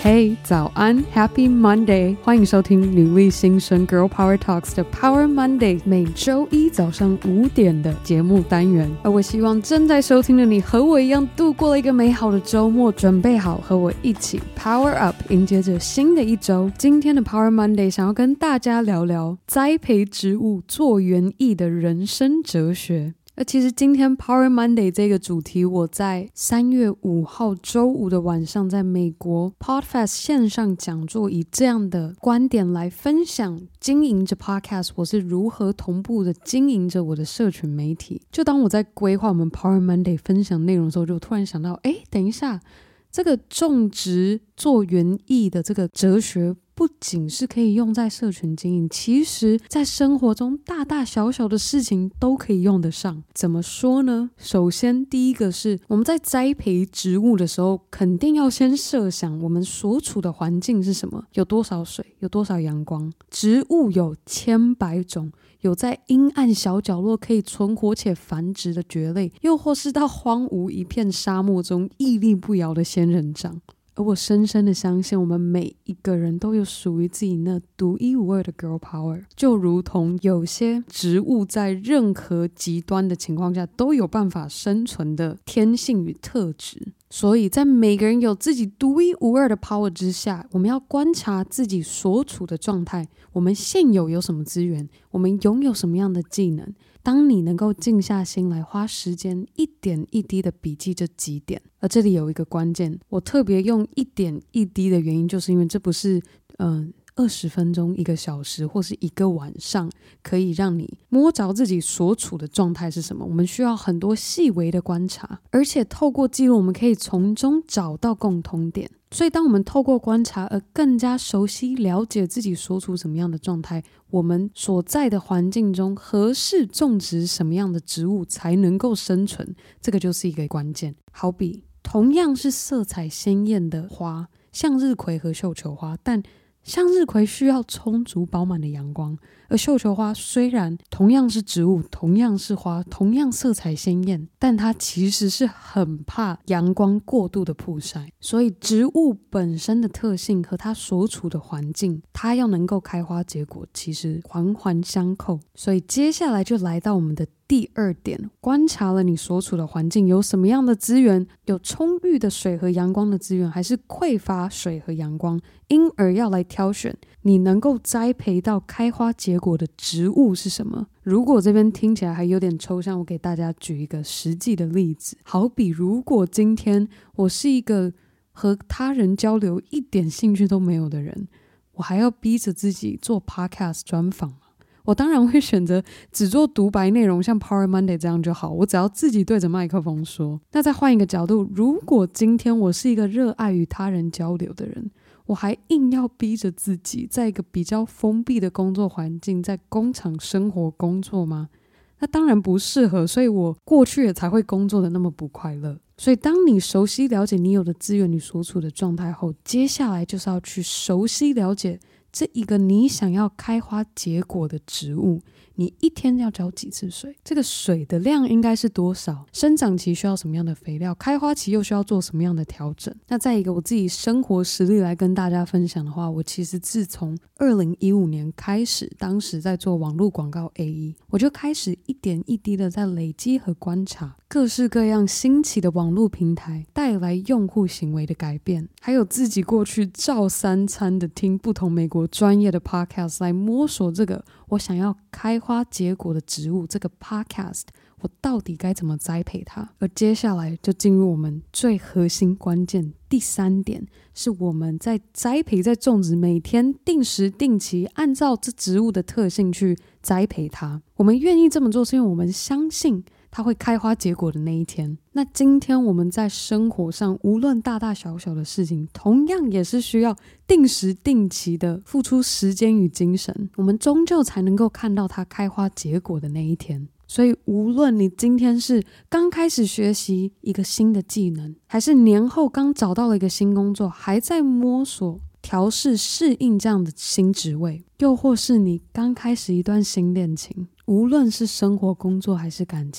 嘿，早安 Happy Monday， 欢迎收听女力新生 Girl Power Talks 的 Power Monday， 每周一早上5点的节目单元。而我希望正在收听的你和我一样度过了一个美好的周末，准备好和我一起 Power Up， 迎接着新的一周。今天的 Power Monday 想要跟大家聊聊栽培植物做园艺的人生哲学。而其实今天 Power Monday 这个主题，我在3月5号周五的晚上，在美国 Podfest 线上讲座，以这样的观点来分享经营着 Podcast 我是如何同步的经营着我的社群媒体。就当我在规划我们 Power Monday 分享内容的时候，就突然想到，等一下，这个种植做园艺的这个哲学不仅是可以用在社群经营，其实在生活中大大小小的事情都可以用得上。怎么说呢？首先第一个是我们在栽培植物的时候，肯定要先设想我们所处的环境是什么，有多少水，有多少阳光。植物有千百种，有在阴暗小角落可以存活且繁殖的蕨类，又或是到荒芜一片沙漠中屹立不摇的仙人掌。而我深深的相信，我们每一个人都有属于自己那独一无二的 girl power， 就如同有些植物在任何极端的情况下都有办法生存的天性与特质。所以在每个人有自己独一无二的 power 之下，我们要观察自己所处的状态，我们现有什么资源，我们拥有什么样的技能。当你能够静下心来，花时间一点一滴的笔记这几点。而这里有一个关键，我特别用一点一滴的原因，就是因为这不是20分钟、1个小时或是1个晚上可以让你摸着自己所处的状态是什么。我们需要很多细微的观察，而且透过记录我们可以从中找到共通点。所以当我们透过观察而更加熟悉了解自己所处什么样的状态，我们所在的环境中合适种植什么样的植物才能够生存，这个就是一个关键。好比同样是色彩鲜艳的花，向日葵和绣球花，但向日葵需要充足饱满的阳光，而绣球花虽然同样是植物，同样是花，同样色彩鲜艳，但它其实是很怕阳光过度的曝晒。所以植物本身的特性和它所处的环境，它要能够开花结果，其实环环相扣。所以接下来就来到我们的第2点，观察了你所处的环境有什么样的资源，有充裕的水和阳光的资源，还是匮乏水和阳光，因而要来挑选你能够栽培到开花结果的植物是什么。如果这边听起来还有点抽象，我给大家举一个实际的例子。好比如果今天我是一个和他人交流一点兴趣都没有的人，我还要逼着自己做 podcast 专访吗？我当然会选择只做独白内容，像 Power Monday 这样就好，我只要自己对着麦克风说。那再换一个角度，如果今天我是一个热爱与他人交流的人，我还硬要逼着自己在一个比较封闭的工作环境，在工厂生活工作吗？那当然不适合，所以我过去也才会工作的那么不快乐。所以当你熟悉了解你有的资源，你所处的状态后，接下来就是要去熟悉了解这一个你想要开花结果的植物，你一天要浇几次水，这个水的量应该是多少，生长期需要什么样的肥料，开花期又需要做什么样的调整。那再一个我自己生活实例来跟大家分享的话，我其实自从2015年开始，当时在做网络广告 AE， 我就开始一点一滴的在累积和观察各式各样兴起的网络平台带来用户行为的改变，还有自己过去照3餐的听不同美国专业的 podcast 来摸索这个我想要开花结果的植物，这个 podcast 我到底该怎么栽培它。而接下来就进入我们最核心关键第3点，是我们在栽培在种植，每天定时定期按照这植物的特性去栽培它。我们愿意这么做是因为我们相信它会开花结果的那一天。那今天我们在生活上无论大大小小的事情，同样也是需要定时定期的付出时间与精神，我们终究才能够看到它开花结果的那一天。所以无论你今天是刚开始学习一个新的技能，还是年后刚找到了一个新工作，还在摸索调试适应这样的新职位，又或是你刚开始一段新恋情，无论是生活工作还是感情，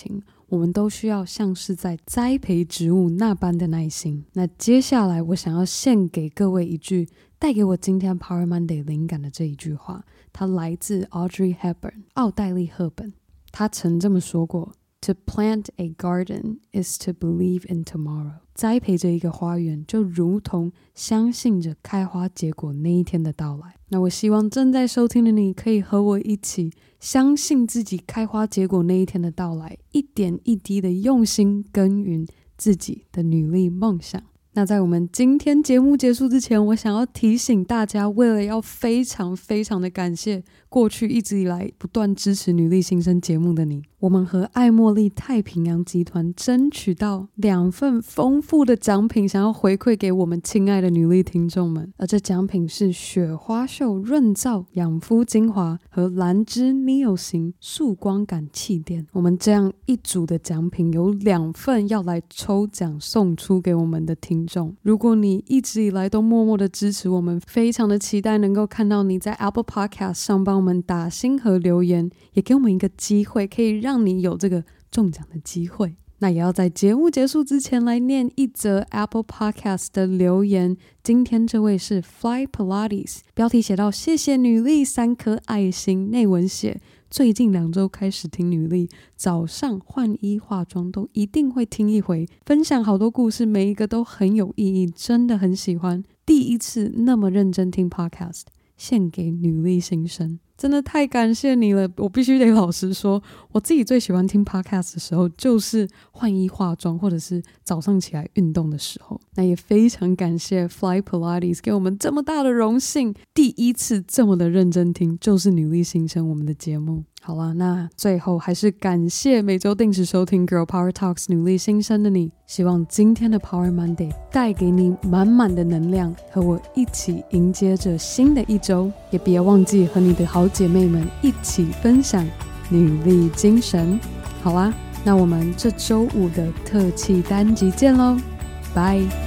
我们都需要像是在栽培植物那般的耐心。那接下来我想要献给各位一句带给我今天 Power Monday 灵感的这一句话，它来自 Audrey Hepburn 奥黛丽·赫本。她曾这么说过， To plant a garden is to believe in tomorrow。 栽培着一个花园就如同相信着开花结果那一天的到来。那我希望正在收听的你可以和我一起相信自己开花结果那一天的到来，一点一滴的用心耕耘自己的女力梦想。那在我们今天节目结束之前，我想要提醒大家，为了要非常非常的感谢过去一直以来不断支持女力新生节目的你，我们和爱茉莉太平洋集团争取到2份丰富的奖品，想要回馈给我们亲爱的女力听众们。而这奖品是雪花秀润燥养肤精华和兰芝 Neo 型束光感气垫。我们这样一组的奖品有2份要来抽奖送出给我们的听众。如果你一直以来都默默的支持我们，非常的期待能够看到你在 Apple Podcast 上帮我们打星和留言，也给我们一个机会可以让你有这个中奖的机会。那也要在节目结束之前来念一则 Apple Podcast 的留言。今天这位是 Fly Pilates， 标题写到谢谢女力3颗爱心，内文写最近2周开始听女力，早上换衣化妆都一定会听一回，分享好多故事，每一个都很有意义，真的很喜欢，第一次那么认真听 Podcast， 献给女力新生。真的太感谢你了，我必须得老实说，我自己最喜欢听 podcast 的时候就是换衣化妆或者是早上起来运动的时候。那也非常感谢 Fly Pilates 给我们这么大的荣幸，第一次这么的认真听就是女力新生我们的节目。好啦，那最后还是感谢每周定时收听 Girl Power Talks 女力新生的你，希望今天的 Power Monday 带给你满满的能量，和我一起迎接着新的一周，也别忘记和你的好姐妹们一起分享女力精神。好啦，那我们这周5的特辑单集见咯，拜。